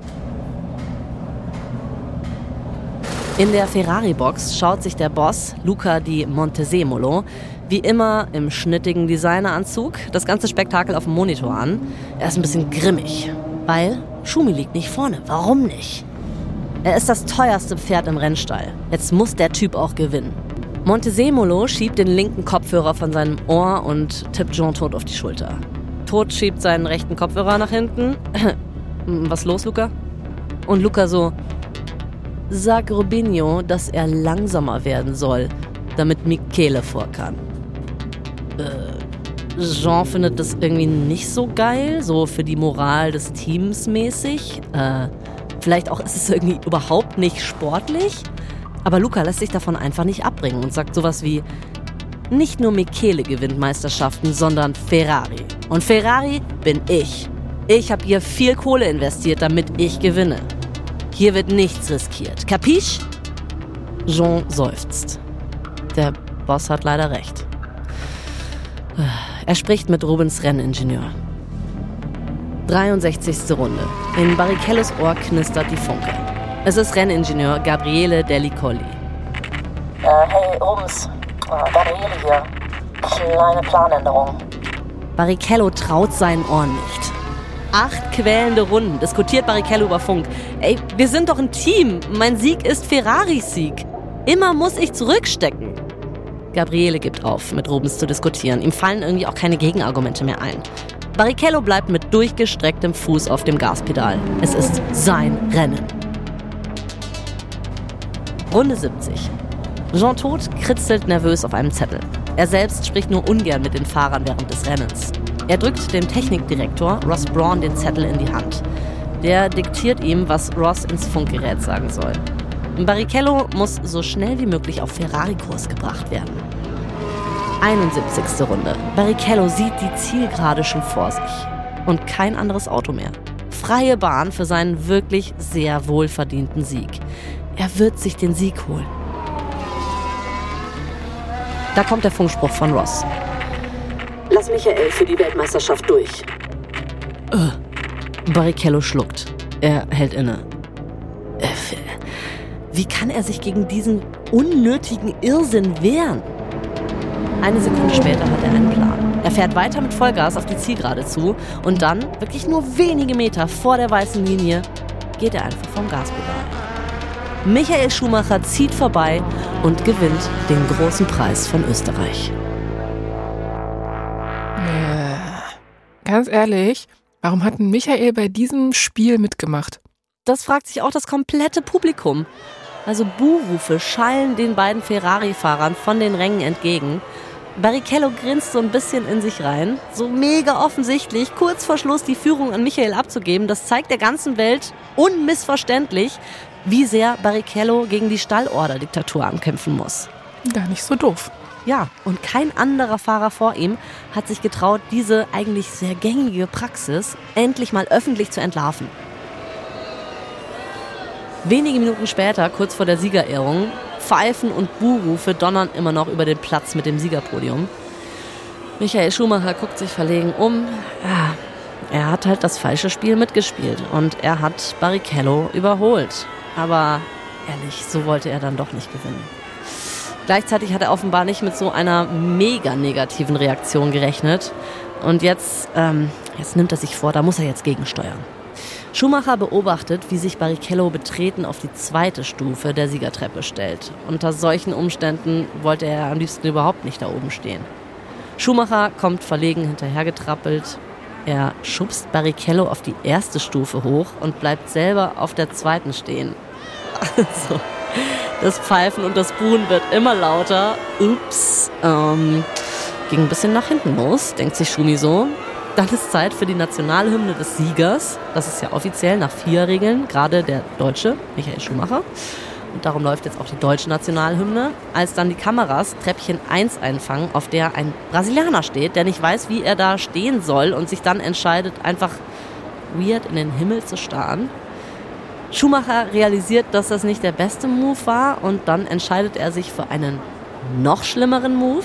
In der Ferrari-Box schaut sich der Boss, Luca Di Montezemolo, wie immer im schnittigen Designeranzug, das ganze Spektakel auf dem Monitor an. Er ist ein bisschen grimmig, weil Schumi liegt nicht vorne. Warum nicht? Er ist das teuerste Pferd im Rennstall. Jetzt muss der Typ auch gewinnen. Montezemolo schiebt den linken Kopfhörer von seinem Ohr und tippt Jean Todt auf die Schulter. Todt schiebt seinen rechten Kopfhörer nach hinten. Was los, Luca? Und Luca so: Sag Rubinho, dass er langsamer werden soll, damit Michele vor kann. Jean findet das irgendwie nicht so geil, so für die Moral des Teams mäßig. Vielleicht auch ist es irgendwie überhaupt nicht sportlich. Aber Luca lässt sich davon einfach nicht abbringen und sagt sowas wie: Nicht nur Michele gewinnt Meisterschaften, sondern Ferrari. Und Ferrari bin ich. Ich habe hier viel Kohle investiert, damit ich gewinne. Hier wird nichts riskiert. Capiche? Jean seufzt. Der Boss hat leider recht. Er spricht mit Rubens Renningenieur. 63. Runde. In Barrichellos Ohr knistert die Funke. Es ist Renningenieur Gabriele Delli-Colli. Hey Rubens, Gabriele hier. Kleine Planänderung. Barrichello traut seinen Ohren nicht. 8 quälende Runden diskutiert Barrichello über Funk. Ey, wir sind doch ein Team. Mein Sieg ist Ferraris Sieg. Immer muss ich zurückstecken. Gabriele gibt auf, mit Rubens zu diskutieren. Ihm fallen irgendwie auch keine Gegenargumente mehr ein. Barrichello bleibt mit durchgestrecktem Fuß auf dem Gaspedal. Es ist sein Rennen. Runde 70. Jean Todt kritzelt nervös auf einem Zettel. Er selbst spricht nur ungern mit den Fahrern während des Rennens. Er drückt dem Technikdirektor Ross Brawn den Zettel in die Hand. Der diktiert ihm, was Ross ins Funkgerät sagen soll. Barrichello muss so schnell wie möglich auf Ferrari-Kurs gebracht werden. 71. Runde. Barrichello sieht die Zielgerade schon vor sich. Und kein anderes Auto mehr. Freie Bahn für seinen wirklich sehr wohlverdienten Sieg. Er wird sich den Sieg holen. Da kommt der Funkspruch von Ross. Lass Michael für die Weltmeisterschaft durch. Barrichello schluckt. Er hält inne. Wie kann er sich gegen diesen unnötigen Irrsinn wehren? Eine Sekunde später hat er einen Plan. Er fährt weiter mit Vollgas auf die Zielgerade zu und dann, wirklich nur wenige Meter vor der weißen Linie, geht er einfach vom Gaspedal. Michael Schumacher zieht vorbei und gewinnt den großen Preis von Österreich. Ganz ehrlich, warum hat denn Michael bei diesem Spiel mitgemacht? Das fragt sich auch das komplette Publikum. Also Buhrufe schallen den beiden Ferrari-Fahrern von den Rängen entgegen. Barrichello grinst so ein bisschen in sich rein. So mega offensichtlich, kurz vor Schluss die Führung an Michael abzugeben. Das zeigt der ganzen Welt unmissverständlich, wie sehr Barrichello gegen die Stallorder-Diktatur ankämpfen muss. Gar nicht so doof. Ja, und kein anderer Fahrer vor ihm hat sich getraut, diese eigentlich sehr gängige Praxis endlich mal öffentlich zu entlarven. Wenige Minuten später, kurz vor der Siegerehrung, Pfeifen und Buhrufe donnern immer noch über den Platz mit dem Siegerpodium. Michael Schumacher guckt sich verlegen um. Ja, er hat halt das falsche Spiel mitgespielt und er hat Barrichello überholt. Aber ehrlich, so wollte er dann doch nicht gewinnen. Gleichzeitig hat er offenbar nicht mit so einer mega negativen Reaktion gerechnet. Und jetzt nimmt er sich vor, da muss er jetzt gegensteuern. Schumacher beobachtet, wie sich Barrichello betreten auf die zweite Stufe der Siegertreppe stellt. Unter solchen Umständen wollte er am liebsten überhaupt nicht da oben stehen. Schumacher kommt verlegen hinterhergetrappelt. Er schubst Barrichello auf die erste Stufe hoch und bleibt selber auf der zweiten stehen. Also, das Pfeifen und das Buhen wird immer lauter. Ups, ging ein bisschen nach hinten los, denkt sich Schumi so. Dann ist Zeit für die Nationalhymne des Siegers. Das ist ja offiziell nach FIA-Regeln, gerade der Deutsche, Michael Schumacher. Und darum läuft jetzt auch die deutsche Nationalhymne. Als dann die Kameras Treppchen 1 einfangen, auf der ein Brasilianer steht, der nicht weiß, wie er da stehen soll und sich dann entscheidet, einfach weird in den Himmel zu starren. Schumacher realisiert, dass das nicht der beste Move war und dann entscheidet er sich für einen noch schlimmeren Move.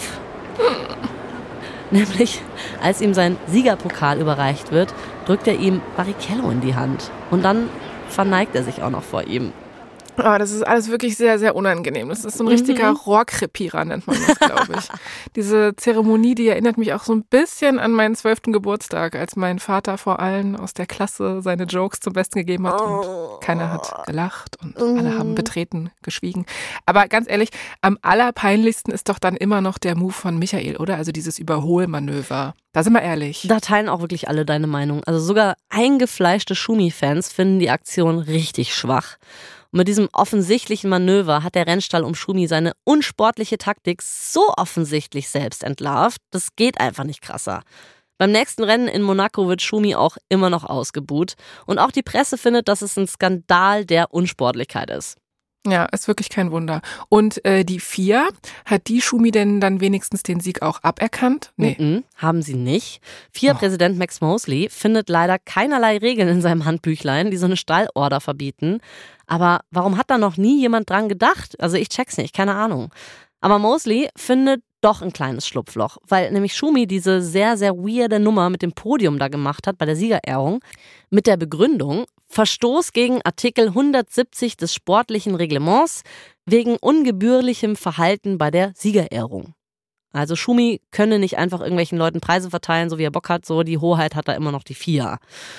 Nämlich, als ihm sein Siegerpokal überreicht wird, drückt er ihm Barrichello in die Hand. Und dann verneigt er sich auch noch vor ihm. Oh, das ist alles wirklich sehr, sehr unangenehm. Das ist so ein richtiger Rohrkrepierer, nennt man das, glaube ich. Diese Zeremonie, die erinnert mich auch so ein bisschen an meinen 12. Geburtstag, als mein Vater vor allen aus der Klasse seine Jokes zum Besten gegeben hat und keiner hat gelacht und alle haben betreten geschwiegen. Aber ganz ehrlich, am allerpeinlichsten ist doch dann immer noch der Move von Michael, oder? Also dieses Überholmanöver. Da sind wir ehrlich. Da teilen auch wirklich alle deine Meinung. Also sogar eingefleischte Schumi-Fans finden die Aktion richtig schwach. Und mit diesem offensichtlichen Manöver hat der Rennstall um Schumi seine unsportliche Taktik so offensichtlich selbst entlarvt, das geht einfach nicht krasser. Beim nächsten Rennen in Monaco wird Schumi auch immer noch ausgebuht. Und auch die Presse findet, dass es ein Skandal der Unsportlichkeit ist. Ja, ist wirklich kein Wunder. Und die FIA, hat die Schumi denn dann wenigstens den Sieg auch aberkannt? Nee. Haben sie nicht. FIA-Präsident Max Mosley findet leider keinerlei Regeln in seinem Handbüchlein, die so eine Stallorder verbieten. Aber warum hat da noch nie jemand dran gedacht? Also ich check's nicht, keine Ahnung. Aber Mosley findet doch ein kleines Schlupfloch, weil nämlich Schumi diese sehr, sehr weirde Nummer mit dem Podium da gemacht hat bei der Siegerehrung mit der Begründung, Verstoß gegen Artikel 170 des sportlichen Reglements wegen ungebührlichem Verhalten bei der Siegerehrung. Also Schumi könne nicht einfach irgendwelchen Leuten Preise verteilen, so wie er Bock hat, so die Hoheit hat da immer noch die FIA.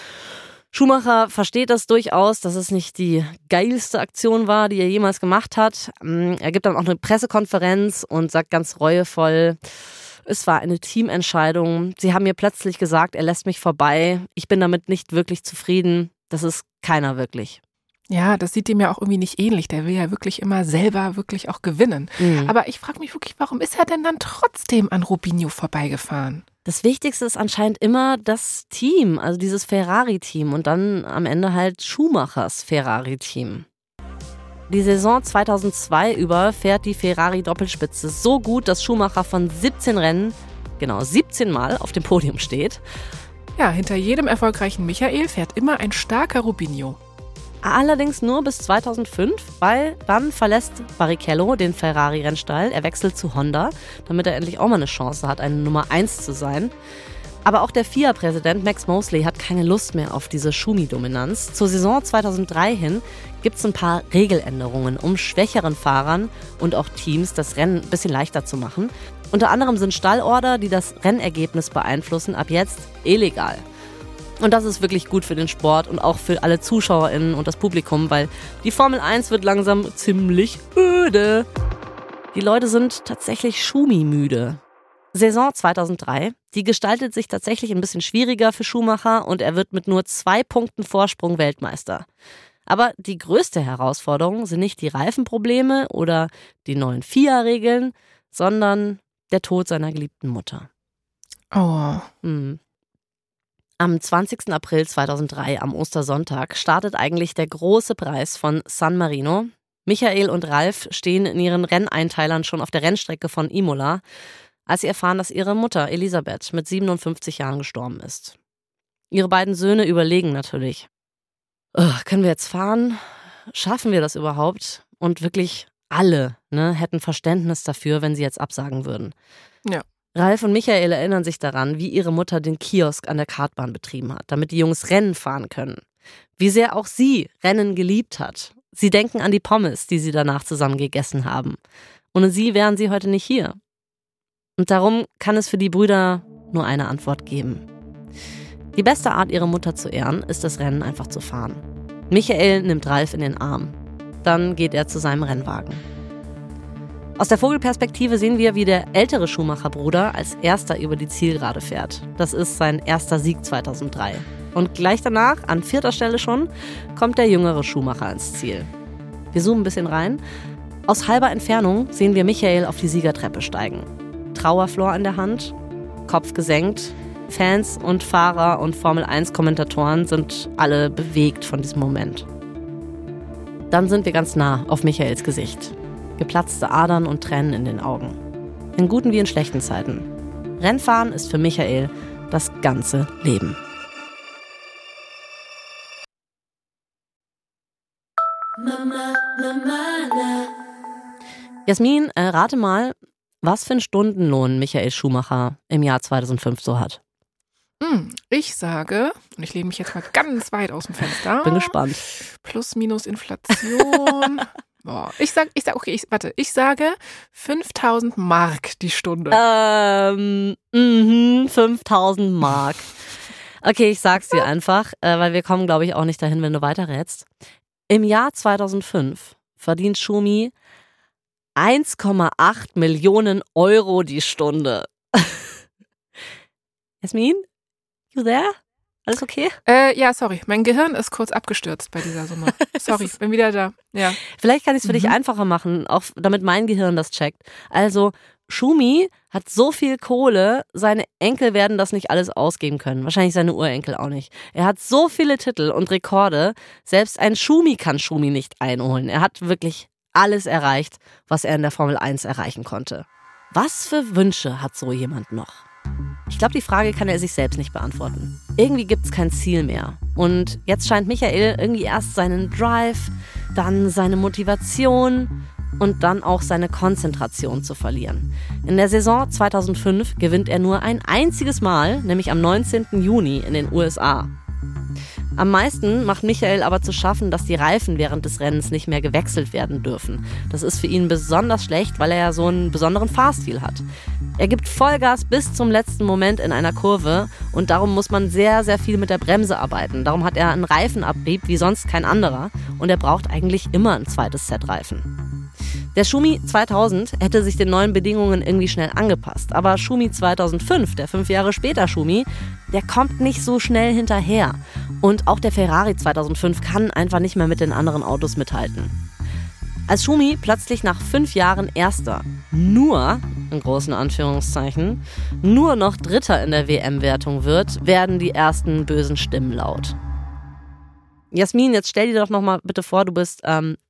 Schumacher versteht das durchaus, dass es nicht die geilste Aktion war, die er jemals gemacht hat. Er gibt dann auch eine Pressekonferenz und sagt ganz reuevoll, es war eine Teamentscheidung. Sie haben mir plötzlich gesagt, er lässt mich vorbei. Ich bin damit nicht wirklich zufrieden. Das ist keiner wirklich. Ja, das sieht ihm ja auch irgendwie nicht ähnlich. Der will ja wirklich immer selber wirklich auch gewinnen. Aber ich frage mich wirklich, warum ist er denn dann trotzdem an Rubinho vorbeigefahren? Das Wichtigste ist anscheinend immer das Team, also dieses Ferrari-Team und dann am Ende halt Schumachers Ferrari-Team. Die Saison 2002 über fährt die Ferrari-Doppelspitze so gut, dass Schumacher von 17 Rennen, 17 Mal auf dem Podium steht. Ja, hinter jedem erfolgreichen Michael fährt immer ein starker Rubinho. Allerdings nur bis 2005, weil dann verlässt Barrichello den Ferrari-Rennstall. Er wechselt zu Honda, damit er endlich auch mal eine Chance hat, eine Nummer 1 zu sein. Aber auch der FIA-Präsident Max Mosley hat keine Lust mehr auf diese Schumi-Dominanz. Zur Saison 2003 hin gibt es ein paar Regeländerungen, um schwächeren Fahrern und auch Teams das Rennen ein bisschen leichter zu machen. Unter anderem sind Stallorder, die das Rennergebnis beeinflussen, ab jetzt illegal. Und das ist wirklich gut für den Sport und auch für alle ZuschauerInnen und das Publikum, weil die Formel 1 wird langsam ziemlich öde. Die Leute sind tatsächlich Schumi-müde. Saison 2003, die gestaltet sich tatsächlich ein bisschen schwieriger für Schumacher und er wird mit nur 2 Punkten Vorsprung Weltmeister. Aber die größte Herausforderung sind nicht die Reifenprobleme oder die neuen FIA-Regeln, sondern der Tod seiner geliebten Mutter. Oh. Am 20. April 2003, am Ostersonntag, startet eigentlich der große Preis von San Marino. Michael und Ralf stehen in ihren Renneinteilern schon auf der Rennstrecke von Imola, als sie erfahren, dass ihre Mutter Elisabeth mit 57 Jahren gestorben ist. Ihre beiden Söhne überlegen natürlich. Können wir jetzt fahren? Schaffen wir das überhaupt? Und wirklich alle hätten Verständnis dafür, wenn sie jetzt absagen würden. Ja. Ralf und Michael erinnern sich daran, wie ihre Mutter den Kiosk an der Kartbahn betrieben hat, damit die Jungs Rennen fahren können. Wie sehr auch sie Rennen geliebt hat. Sie denken an die Pommes, die sie danach zusammen gegessen haben. Ohne sie wären sie heute nicht hier. Und darum kann es für die Brüder nur eine Antwort geben. Die beste Art, ihre Mutter zu ehren, ist das Rennen einfach zu fahren. Michael nimmt Ralf in den Arm. Dann geht er zu seinem Rennwagen. Aus der Vogelperspektive sehen wir, wie der ältere Schumacher-Bruder als erster über die Zielgerade fährt. Das ist sein erster Sieg 2003. Und gleich danach, an 4. Stelle schon, kommt der jüngere Schumacher ins Ziel. Wir zoomen ein bisschen rein. Aus halber Entfernung sehen wir Michael auf die Siegertreppe steigen. Trauerflor in der Hand, Kopf gesenkt. Fans und Fahrer und Formel-1-Kommentatoren sind alle bewegt von diesem Moment. Dann sind wir ganz nah auf Michaels Gesicht. Geplatzte Adern und Tränen in den Augen. In guten wie in schlechten Zeiten. Rennfahren ist für Michael das ganze Leben. Jasmin, rate mal, was für einen Stundenlohn Michael Schumacher im Jahr 2005 so hat. Ich sage, und ich lehne mich jetzt mal ganz weit aus dem Fenster. Bin gespannt. Plus, minus Inflation. Ich sage 5.000 Mark die Stunde. 5.000 Mark. Okay, ich sag's dir einfach, weil wir kommen, glaube ich, auch nicht dahin, wenn du weiterrätst. Im Jahr 2005 verdient Schumi 1,8 Millionen Euro die Stunde. Jasmin? You there? Alles okay? Ja, sorry. Mein Gehirn ist kurz abgestürzt bei dieser Summe. Sorry, bin wieder da. Ja. Vielleicht kann ich es für dich einfacher machen, auch damit mein Gehirn das checkt. Also, Schumi hat so viel Kohle, seine Enkel werden das nicht alles ausgeben können. Wahrscheinlich seine Urenkel auch nicht. Er hat so viele Titel und Rekorde, selbst ein Schumi kann Schumi nicht einholen. Er hat wirklich alles erreicht, was er in der Formel 1 erreichen konnte. Was für Wünsche hat so jemand noch? Ich glaube, die Frage kann er sich selbst nicht beantworten. Irgendwie gibt es kein Ziel mehr. Und jetzt scheint Michael irgendwie erst seinen Drive, dann seine Motivation und dann auch seine Konzentration zu verlieren. In der Saison 2005 gewinnt er nur ein einziges Mal, nämlich am 19. Juni in den USA. Am meisten macht Michael aber zu schaffen, dass die Reifen während des Rennens nicht mehr gewechselt werden dürfen. Das ist für ihn besonders schlecht, weil er ja so einen besonderen Fahrstil hat. Er gibt Vollgas bis zum letzten Moment in einer Kurve und darum muss man sehr, sehr viel mit der Bremse arbeiten. Darum hat er einen Reifenabrieb wie sonst kein anderer und er braucht eigentlich immer ein zweites Set Reifen. Der Schumi 2000 hätte sich den neuen Bedingungen irgendwie schnell angepasst, aber Schumi 2005, der 5 Jahre später Schumi, der kommt nicht so schnell hinterher. Und auch der Ferrari 2005 kann einfach nicht mehr mit den anderen Autos mithalten. Als Schumi plötzlich nach 5 Jahren Erster, nur, in großen Anführungszeichen, nur noch Dritter in der WM-Wertung wird, werden die ersten bösen Stimmen laut. Jasmin, jetzt stell dir doch noch mal bitte vor, du bist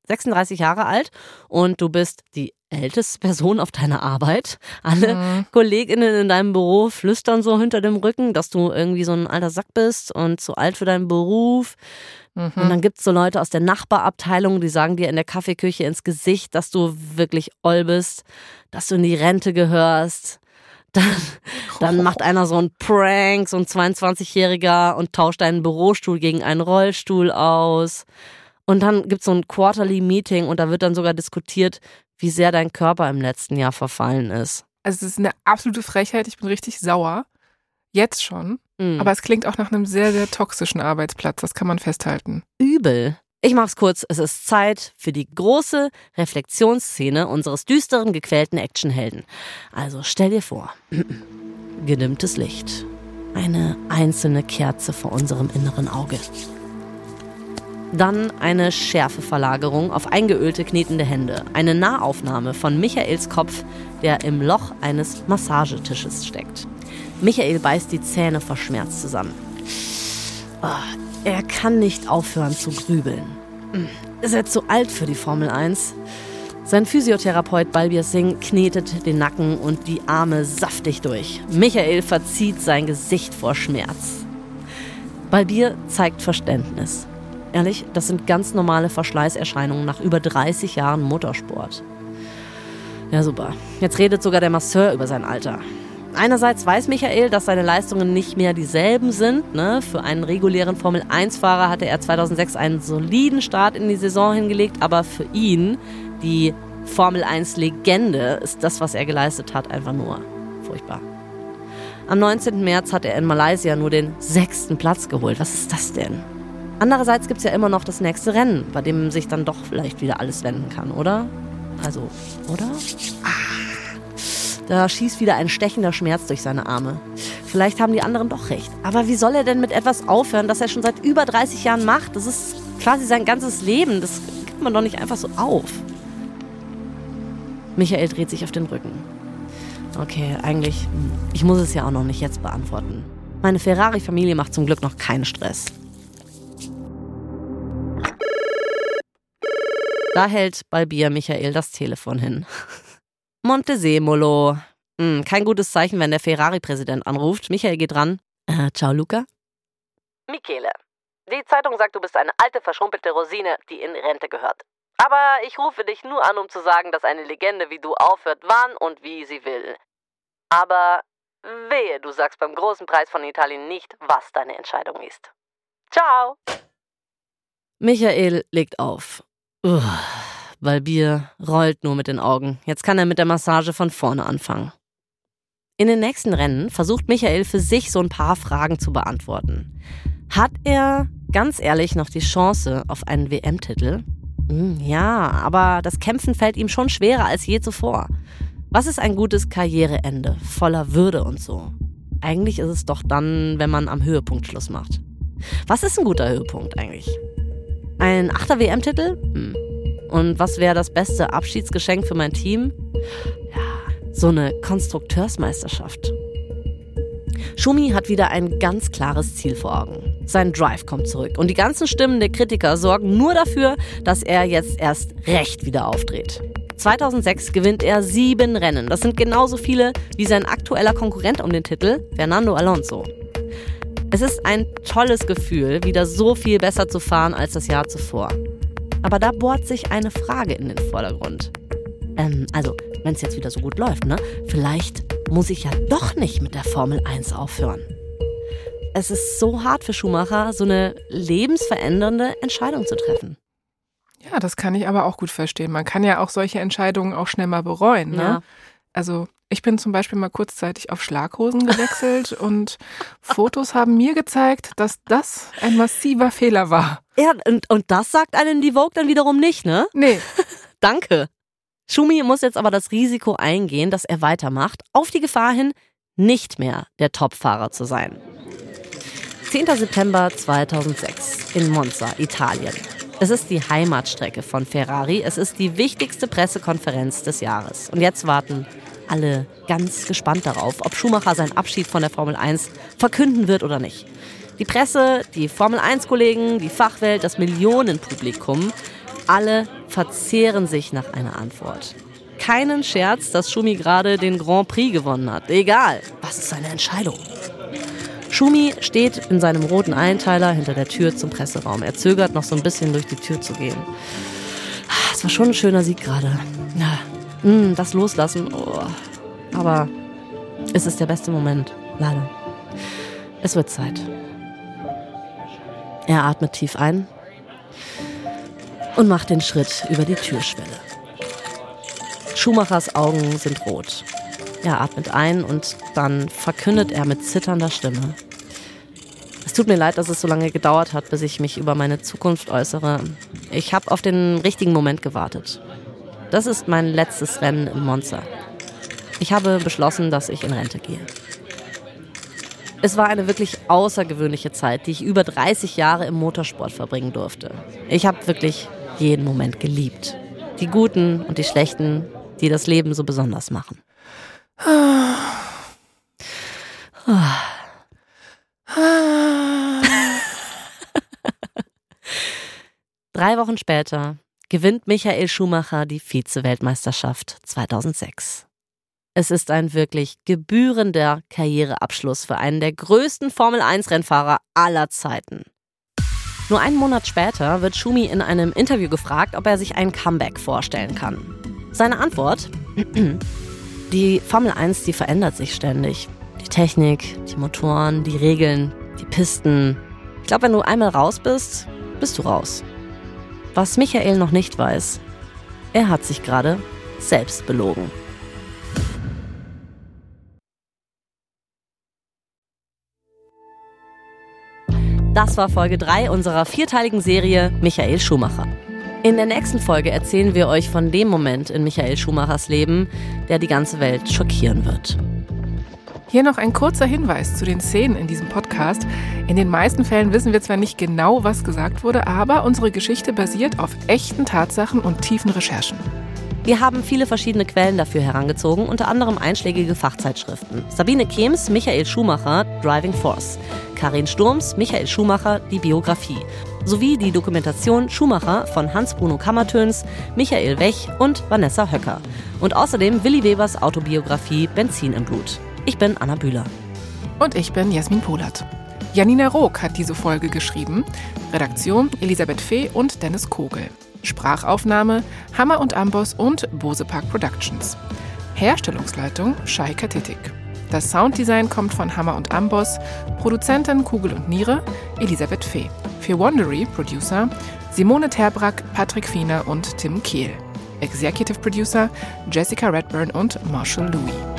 36 Jahre alt und du bist die älteste Person auf deiner Arbeit. Alle KollegInnen in deinem Büro flüstern so hinter dem Rücken, dass du irgendwie so ein alter Sack bist und zu alt für deinen Beruf. Und dann gibt es so Leute aus der Nachbarabteilung, die sagen dir in der Kaffeeküche ins Gesicht, dass du wirklich oll bist, dass du in die Rente gehörst. Dann macht einer so einen Prank, so ein 22-Jähriger, und tauscht deinen Bürostuhl gegen einen Rollstuhl aus. Und dann gibt es so ein Quarterly-Meeting und da wird dann sogar diskutiert, wie sehr dein Körper im letzten Jahr verfallen ist. Also es ist eine absolute Frechheit, ich bin richtig sauer. Jetzt schon. Aber es klingt auch nach einem sehr, sehr toxischen Arbeitsplatz, das kann man festhalten. Übel. Ich mach's kurz, es ist Zeit für die große Reflexionsszene unseres düsteren, gequälten Actionhelden. Also stell dir vor, gedimmtes Licht, eine einzelne Kerze vor unserem inneren Auge. Dann eine Schärfeverlagerung auf eingeölte, knetende Hände. Eine Nahaufnahme von Michaels Kopf, der im Loch eines Massagetisches steckt. Michael beißt die Zähne vor Schmerz zusammen. Er kann nicht aufhören zu grübeln. Ist er zu alt für die Formel 1? Sein Physiotherapeut Balbir Singh knetet den Nacken und die Arme saftig durch. Michael verzieht sein Gesicht vor Schmerz. Balbir zeigt Verständnis. Ehrlich, das sind ganz normale Verschleißerscheinungen nach über 30 Jahren Motorsport. Ja, super. Jetzt redet sogar der Masseur über sein Alter. Einerseits weiß Michael, dass seine Leistungen nicht mehr dieselben sind. Ne? Für einen regulären Formel-1-Fahrer hatte er 2006 einen soliden Start in die Saison hingelegt, aber für ihn, die Formel-1-Legende, ist das, was er geleistet hat, einfach nur furchtbar. Am 19. März hat er in Malaysia nur den 6. Platz geholt. Was ist das denn? Andererseits gibt es ja immer noch das nächste Rennen, bei dem sich dann doch vielleicht wieder alles wenden kann, oder? Also, oder? Da schießt wieder ein stechender Schmerz durch seine Arme. Vielleicht haben die anderen doch recht. Aber wie soll er denn mit etwas aufhören, das er schon seit über 30 Jahren macht? Das ist quasi sein ganzes Leben. Das gibt man doch nicht einfach so auf. Michael dreht sich auf den Rücken. Okay, eigentlich, ich muss es ja auch noch nicht jetzt beantworten. Meine Ferrari-Familie macht zum Glück noch keinen Stress. Da hält Balbir Michael das Telefon hin. Montesemolo. Kein gutes Zeichen, wenn der Ferrari-Präsident anruft. Michael geht ran. Ciao, Luca. Michele, die Zeitung sagt, du bist eine alte, verschrumpelte Rosine, die in Rente gehört. Aber ich rufe dich nur an, um zu sagen, dass eine Legende wie du aufhört, wann und wie sie will. Aber wehe, du sagst beim großen Preis von Italien nicht, was deine Entscheidung ist. Ciao. Michael legt auf. Balbir rollt nur mit den Augen. Jetzt kann er mit der Massage von vorne anfangen. In den nächsten Rennen versucht Michael für sich so ein paar Fragen zu beantworten. Hat er, ganz ehrlich, noch die Chance auf einen WM-Titel? Ja, aber das Kämpfen fällt ihm schon schwerer als je zuvor. Was ist ein gutes Karriereende, voller Würde und so? Eigentlich ist es doch dann, wenn man am Höhepunkt Schluss macht. Was ist ein guter Höhepunkt eigentlich? Ein 8. WM-Titel? Und was wäre das beste Abschiedsgeschenk für mein Team? Ja, so eine Konstrukteursmeisterschaft. Schumi hat wieder ein ganz klares Ziel vor Augen. Sein Drive kommt zurück und die ganzen Stimmen der Kritiker sorgen nur dafür, dass er jetzt erst recht wieder aufdreht. 2006 gewinnt er 7 Rennen. Das sind genauso viele wie sein aktueller Konkurrent um den Titel, Fernando Alonso. Es ist ein tolles Gefühl, wieder so viel besser zu fahren als das Jahr zuvor. Aber da bohrt sich eine Frage in den Vordergrund. Also, wenn es jetzt wieder so gut läuft, ne? Vielleicht muss ich ja doch nicht mit der Formel 1 aufhören. Es ist so hart für Schumacher, so eine lebensverändernde Entscheidung zu treffen. Ja, das kann ich aber auch gut verstehen. Man kann ja auch solche Entscheidungen auch schnell mal bereuen, ne? Ja. Also ich bin zum Beispiel mal kurzzeitig auf Schlaghosen gewechselt und Fotos haben mir gezeigt, dass das ein massiver Fehler war. Ja, und das sagt einem die Vogue dann wiederum nicht, ne? Nee. Danke. Schumi muss jetzt aber das Risiko eingehen, dass er weitermacht, auf die Gefahr hin, nicht mehr der Topfahrer zu sein. 10. September 2006 in Monza, Italien. Es ist die Heimatstrecke von Ferrari. Es ist die wichtigste Pressekonferenz des Jahres. Und jetzt warten alle ganz gespannt darauf, ob Schumacher seinen Abschied von der Formel 1 verkünden wird oder nicht. Die Presse, die Formel 1-Kollegen, die Fachwelt, das Millionenpublikum, alle verzehren sich nach einer Antwort. Keinen Scherz, dass Schumi gerade den Grand Prix gewonnen hat. Egal, was ist seine Entscheidung? Schumi steht in seinem roten Einteiler hinter der Tür zum Presseraum. Er zögert noch so ein bisschen durch die Tür zu gehen. Es war schon ein schöner Sieg gerade. Ja, das Loslassen, aber es ist der beste Moment, leider. Es wird Zeit. Er atmet tief ein und macht den Schritt über die Türschwelle. Schumachers Augen sind rot. Er atmet ein und dann verkündet er mit zitternder Stimme: Es tut mir leid, dass es so lange gedauert hat, bis ich mich über meine Zukunft äußere. Ich habe auf den richtigen Moment gewartet. Das ist mein letztes Rennen im Monza. Ich habe beschlossen, dass ich in Rente gehe. Es war eine wirklich außergewöhnliche Zeit, die ich über 30 Jahre im Motorsport verbringen durfte. Ich habe wirklich jeden Moment geliebt. Die guten und die schlechten, die das Leben so besonders machen. 3 Wochen später gewinnt Michael Schumacher die Vize-Weltmeisterschaft 2006. Es ist ein wirklich gebührender Karriereabschluss für einen der größten Formel-1-Rennfahrer aller Zeiten. Nur einen Monat später wird Schumi in einem Interview gefragt, ob er sich ein Comeback vorstellen kann. Seine Antwort: Die Formel 1, die verändert sich ständig. Die Technik, die Motoren, die Regeln, die Pisten. Ich glaube, wenn du einmal raus bist, bist du raus. Was Michael noch nicht weiß: Er hat sich gerade selbst belogen. Das war Folge 3 unserer 4-teiligen Serie Michael Schumacher. In der nächsten Folge erzählen wir euch von dem Moment in Michael Schumachers Leben, der die ganze Welt schockieren wird. Hier noch ein kurzer Hinweis zu den Szenen in diesem Podcast. In den meisten Fällen wissen wir zwar nicht genau, was gesagt wurde, aber unsere Geschichte basiert auf echten Tatsachen und tiefen Recherchen. Wir haben viele verschiedene Quellen dafür herangezogen, unter anderem einschlägige Fachzeitschriften. Sabine Kehms, Michael Schumacher, Driving Force. Karin Sturms, Michael Schumacher, die Biografie. Sowie die Dokumentation Schumacher von Hans-Bruno Kammertöns, Michael Wech und Vanessa Höcker. Und außerdem Willi Webers Autobiografie Benzin im Blut. Ich bin Anna Bühler. Und ich bin Jasmin Polat. Janina Rook hat diese Folge geschrieben. Redaktion Elisabeth Fee und Dennis Kogel. Sprachaufnahme Hammer und Amboss und Bose Park Productions. Herstellungsleitung Shaika Tittig. Das Sounddesign kommt von Hammer und Amboss, Produzentin Kugel und Niere Elisabeth Fee. Für Wondery Producer Simone Terbrack, Patrick Fiener und Tim Kehl. Executive Producer Jessica Redburn und Marshall Louis.